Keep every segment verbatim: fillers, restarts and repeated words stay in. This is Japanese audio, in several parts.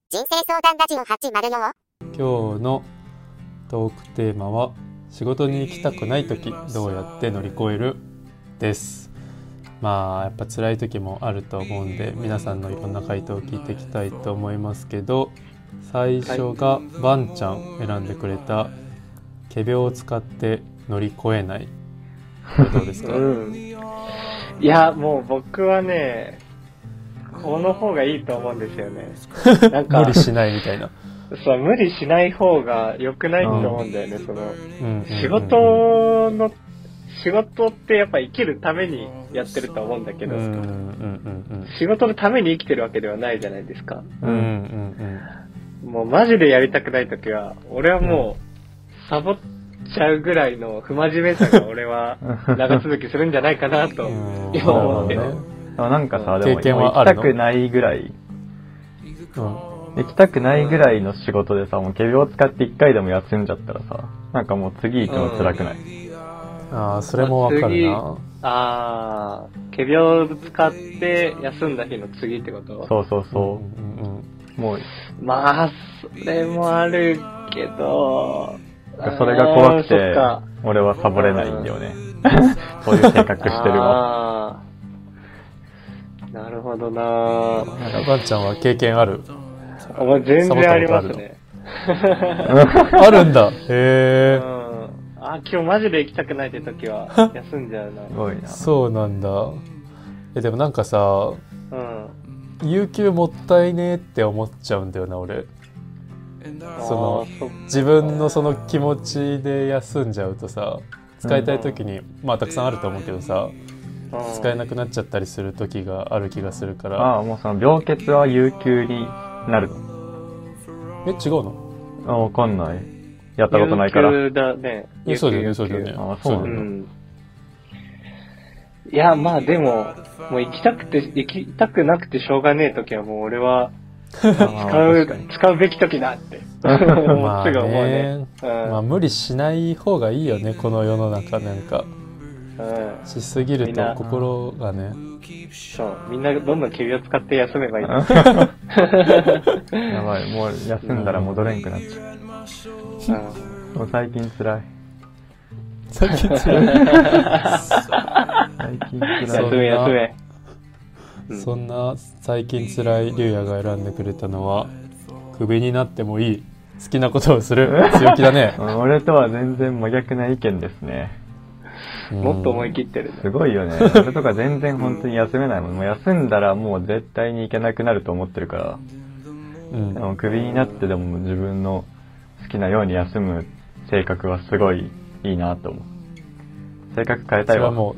人生相談ラジオはちじゅうよ。 今日のトークテーマは仕事に行きたくないときどうやって乗り越えるです。まあやっぱ辛い時もあると思うんで皆さんのいろんな回答を聞いていきたいと思いますけど、最初がバンちゃん選んでくれた仮病を使って乗り越えない。これどうですか？ うん、いやもう僕はねこの方がいいと思うんですよね。なんか無理しないみたいな。 そう、無理しない方が良くないと思うんだよね。その、 うんうんうん、 仕事の仕事ってやっぱ生きるためにやってると思うんだけど、うんうんうんうん、仕事のために生きてるわけではないじゃないですか。うんうんうん、もうマジでやりたくないときは俺はもうサボっちゃうぐらいの不真面目さが俺は長続きするんじゃないかなと今思ってる。 なんかさ、でも行きたくないぐらい、うん、行きたくないぐらいの仕事でさ、もう仮病を使って一回でも休んじゃったらさ、なんかもう次行くの辛くない？うん、 ああ、それもわかるな。 ああ、仮病を使って休んだ日の次ってこと？ そうそうそう。うんうんうん、もうまあそれもあるけど、 それが怖くて俺はサボれないんだよね。そういう性格してるわ。 なるほどなぁ。 バンちゃんは経験ある？ あ、まあ、全然ありますね。 あるんだ。へー。 うん、あ、今日マジで行きたくないって時は休んじゃうな。 すごいな。 そうなんだ。え、でもなんかさ、うん、有給もったいねって思っちゃうんだよな、俺。その自分のその気持ちで休んじゃうとさ、使いたい時に、うん、まあたくさんあると思うけどさ、使えなくなっちゃったりする時がある気がするから。 ああ、もうその病欠は有給になるの？ え、違うの？ あ、わかんない。やったことないから。 有給だね。 有給そうだよね、そうだよね。 あ、そうなんだ。うん、 いや、まあでも、もう行きたくて、行きたくなくてしょうがねえ時はもう俺は、使う、使うべき時だって。 まあね、 すぐ思うね。 うん、まあ無理しない方がいいよね、この世の中なんか。うん、しすぎると心がね。 そう、みんなどんどん仮を使って休めばいい。やばい、もう休んだら戻れんくなっちゃう。うん、もう最近辛い。 最近辛い。 最近辛い。 休め休め。 うん、そんな最近辛い龍也が選んでくれたのは、クビになってもいい、好きなことをする、強気だね。 俺とは全然真逆な意見ですね。 もっと思い切ってる、ね、 すごいよね。俺とか全然本当に休めないもん。もう休んだらもう絶対に行けなくなると思ってるから、うん、でもクビになってでも自分の好きなように休む性格はすごいいいなと思う。性格変えたいわ。 それはもう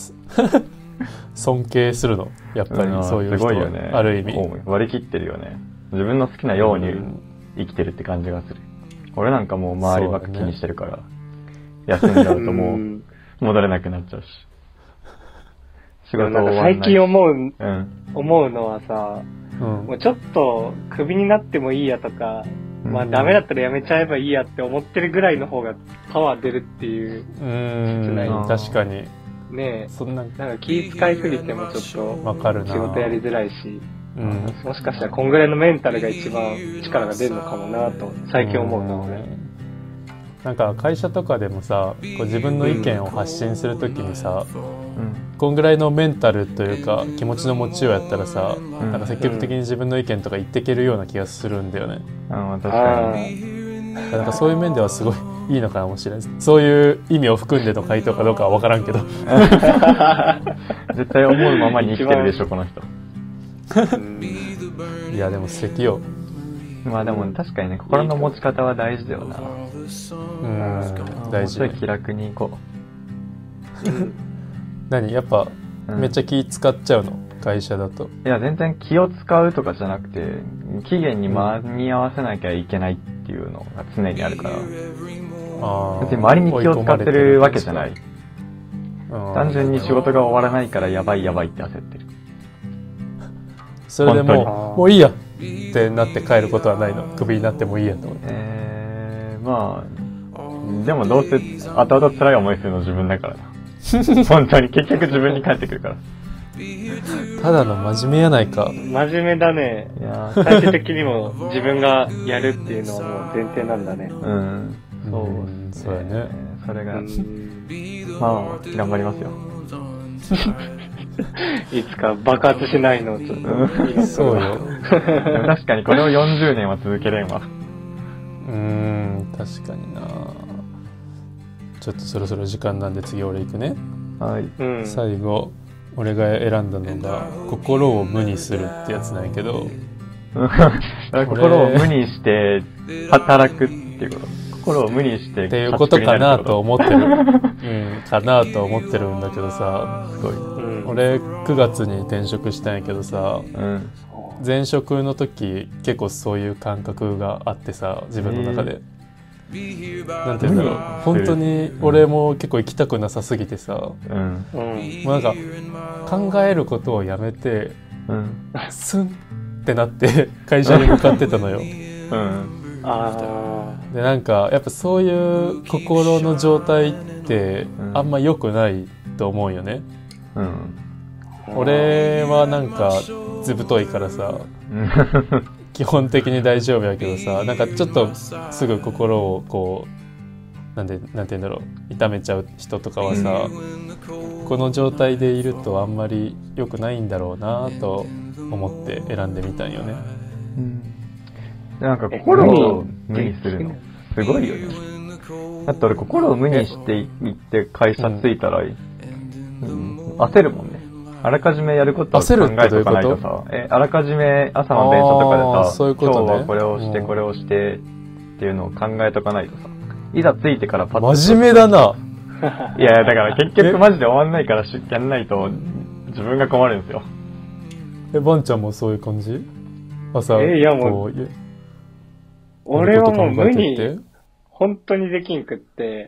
尊敬するの、やっぱりそういう人は、うん、すごいよね。ある意味割り切ってるよね。自分の好きなように生きてるって感じがする。俺なんかもう周りばっか気にしてるから、ね、休んじゃうともう戻れなくなっちゃうし。 仕事終わんない。最近思う、うん、思うのはさ、うん、もうちょっとクビになってもいいやとか、うん、まあダメだったらやめちゃえばいいやって思ってるぐらいの方がパワー出るっていう。 うーん、確かに。 ねえ、そんな、なんか気使いすぎてもちょっと、 わかるな。 仕事やりづらいし、うん、もしかしたらこんぐらいのメンタルが一番力が出るのかもなと最近思うな、俺。 なんか会社とかでもさ、こう自分の意見を発信するときにさ、うん、こんぐらいのメンタルというか気持ちの持ちようやったらさ、うん、なんか積極的に自分の意見とか言っていけるような気がするんだよね。 うん、確かに。 なんかそういう面ではすごいいいのかもしれないです。そういう意味を含んでの回答かどうかは分からんけど。 絶対思うままに生きてるでしょこの人。 いやでも素敵よ。 まあでも確かにね、心の持ち方は大事だよな。 うん、大事。 もうちょい気楽に行こう。何やっぱ、うん、めっちゃ気使っちゃうの会社だと？ いや全然気を使うとかじゃなくて、期限に間に合わせなきゃいけないっていうのが常にあるから。あ、別に周りに気を使ってるわけじゃない。単純に仕事が終わらないからやばいやばいって焦ってる。 それでもうもういいやってなって帰ることはないの？クビになってもいいやと思って。 えー、まあでもどうせ後々辛い思いするの自分だからな。本当に結局自分に返ってくるから。 ただの真面目やないか。 真面目だね。いや最終的にも自分がやるっていうのはもう前提なんだね。 うん。そう、 うん、そうやね。 それが、まあ、頑張りますよ。 いつか爆発しないのをちょっと。 そうよ。 確かにこれをよんじゅうねんは続けれんわ。 うーん、確かにな。ちょっとそろそろ時間なんで次俺行くね。 はい。 うん、最後、俺が選んだのが、心を無にするってやつなんやけど。 心を無にして働くっていうこと。心を無にしてっていうことかなと思ってる。うん、かなと思ってるんだけどさ、すごい。うん、俺くがつに転職したんやけどさ、うん、前職の時結構そういう感覚があってさ、自分の中で。なんていうんだろう、本当に俺も結構行きたくなさすぎてさ、うん、もうなんか考えることをやめて、うん、スンってなって会社に向かってたのよ。うん、あでなんかやっぱそういう心の状態ってあんま良くないと思うよね。うん、俺はなんかずぶといからさ基本的に大丈夫やけどさ、なんかちょっとすぐ心をこうなんでなんて言うんだろう、痛めちゃう人とかはさ、うん、この状態でいるとあんまり良くないんだろうなと思って選んでみたんよね。うん、 なんか心を無にするのすごいよね。だって俺心を無にしていって会社着いたら、うんうん、焦るもんね。あらかじめやることを考えとかないとさ、え、あらかじめ朝の電車とかでさ、そういうことね、今日はこれをしてこれをしてっていうのを考えとかないとさ、いざ着いてからパッと。 真面目だな。 いや、だから結局マジで終わんないからやんないと自分が困るんですよ。 え、バンちゃんもそういう感じ？朝、 え、いやもう、俺はもう無に、本当にできんくって、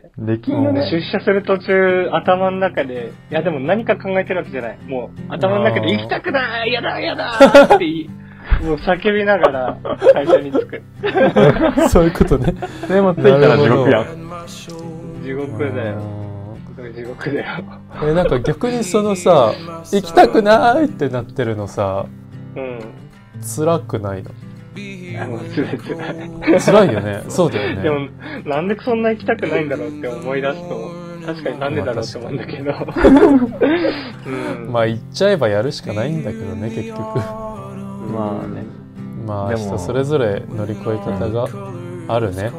できんよね。 出社する途中、頭の中で、いやでも何か考えてるわけじゃない。もう、頭の中で行きたくないやだやだって言い、もう叫びながら会社に着く。 そういうことね。 でも着いたら地獄やん。 地獄だよ。地獄だよ。 え、なんか逆にそのさ、行きたくないってなってるのさ、うん、辛くないの？ あの辛い辛い辛いよね。そうだよね。 でもなんでそんな行きたくないんだろうって思い出すと確かになんでだろうって思うんだけど、 うん、まあ言っちゃえばやるしかないんだけどね結局。 まあね。 まあ人それぞれ乗り越え方があるね。 うん、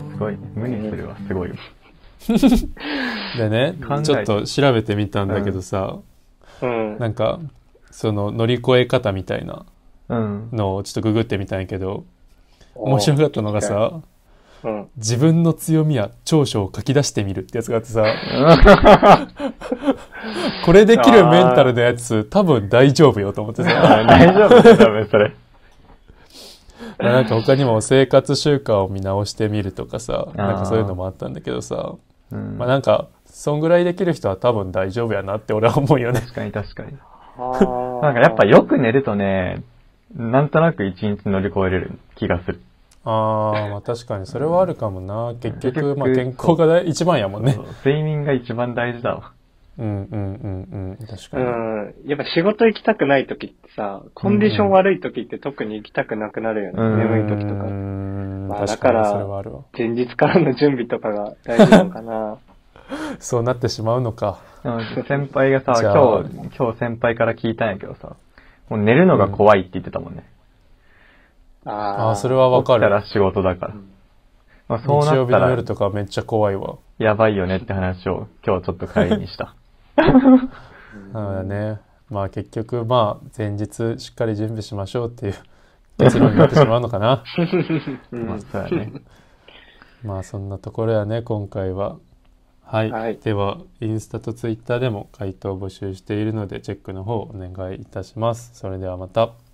すごいね。無にするはすごいよ。 でね、ちょっと調べてみたんだけどさ、うん、なんかその乗り越え方みたいなのをちょっとググってみたんやけど、面白かったのがさ、うん、自分の強みや長所を書き出してみるってやつがあってさこれできるメンタルのやつ多分大丈夫よと思ってさ大丈夫だ多分それなんか他にも生活習慣を見直してみるとかさ、なんかそういうのもあったんだけどさ、うん、まあなんかそんぐらいできる人は多分大丈夫やなって俺は思うよね。 確かに確かになんかやっぱよく寝るとね、なんとなく一日乗り越えれる気がする。 ああ、まあ確かにそれはあるかもな。結局、結局まあ健康が一番やもんね。 睡眠が一番大事だわ。 うんうんうんうん。確かに。 うん。やっぱ仕事行きたくない時ってさ、コンディション悪い時って特に行きたくなくなるよね。うん、眠い時とか。うん。まあだから、前日からの準備とかが大事なのかな。 そうなってしまうのか。 先輩がさ、今日、今日先輩から聞いたんやけどさ、もう寝るのが怖いって言ってたもんね。 うん、ああ、それはわかる。 起きたら仕事だから。うん、 まあ、そうなったら日曜日の夜とかめっちゃ怖いわ。 やばいよねって話を今日ちょっと帰りにした。 なのでね、まあ結局まあ前日しっかり準備しましょうっていう結論になってしまうのかな。 まあそうやね。 まあそんなところやね今回は。はい、はい、ではインスタとツイッターでも回答を募集しているのでチェックの方お願いいたします。それではまた。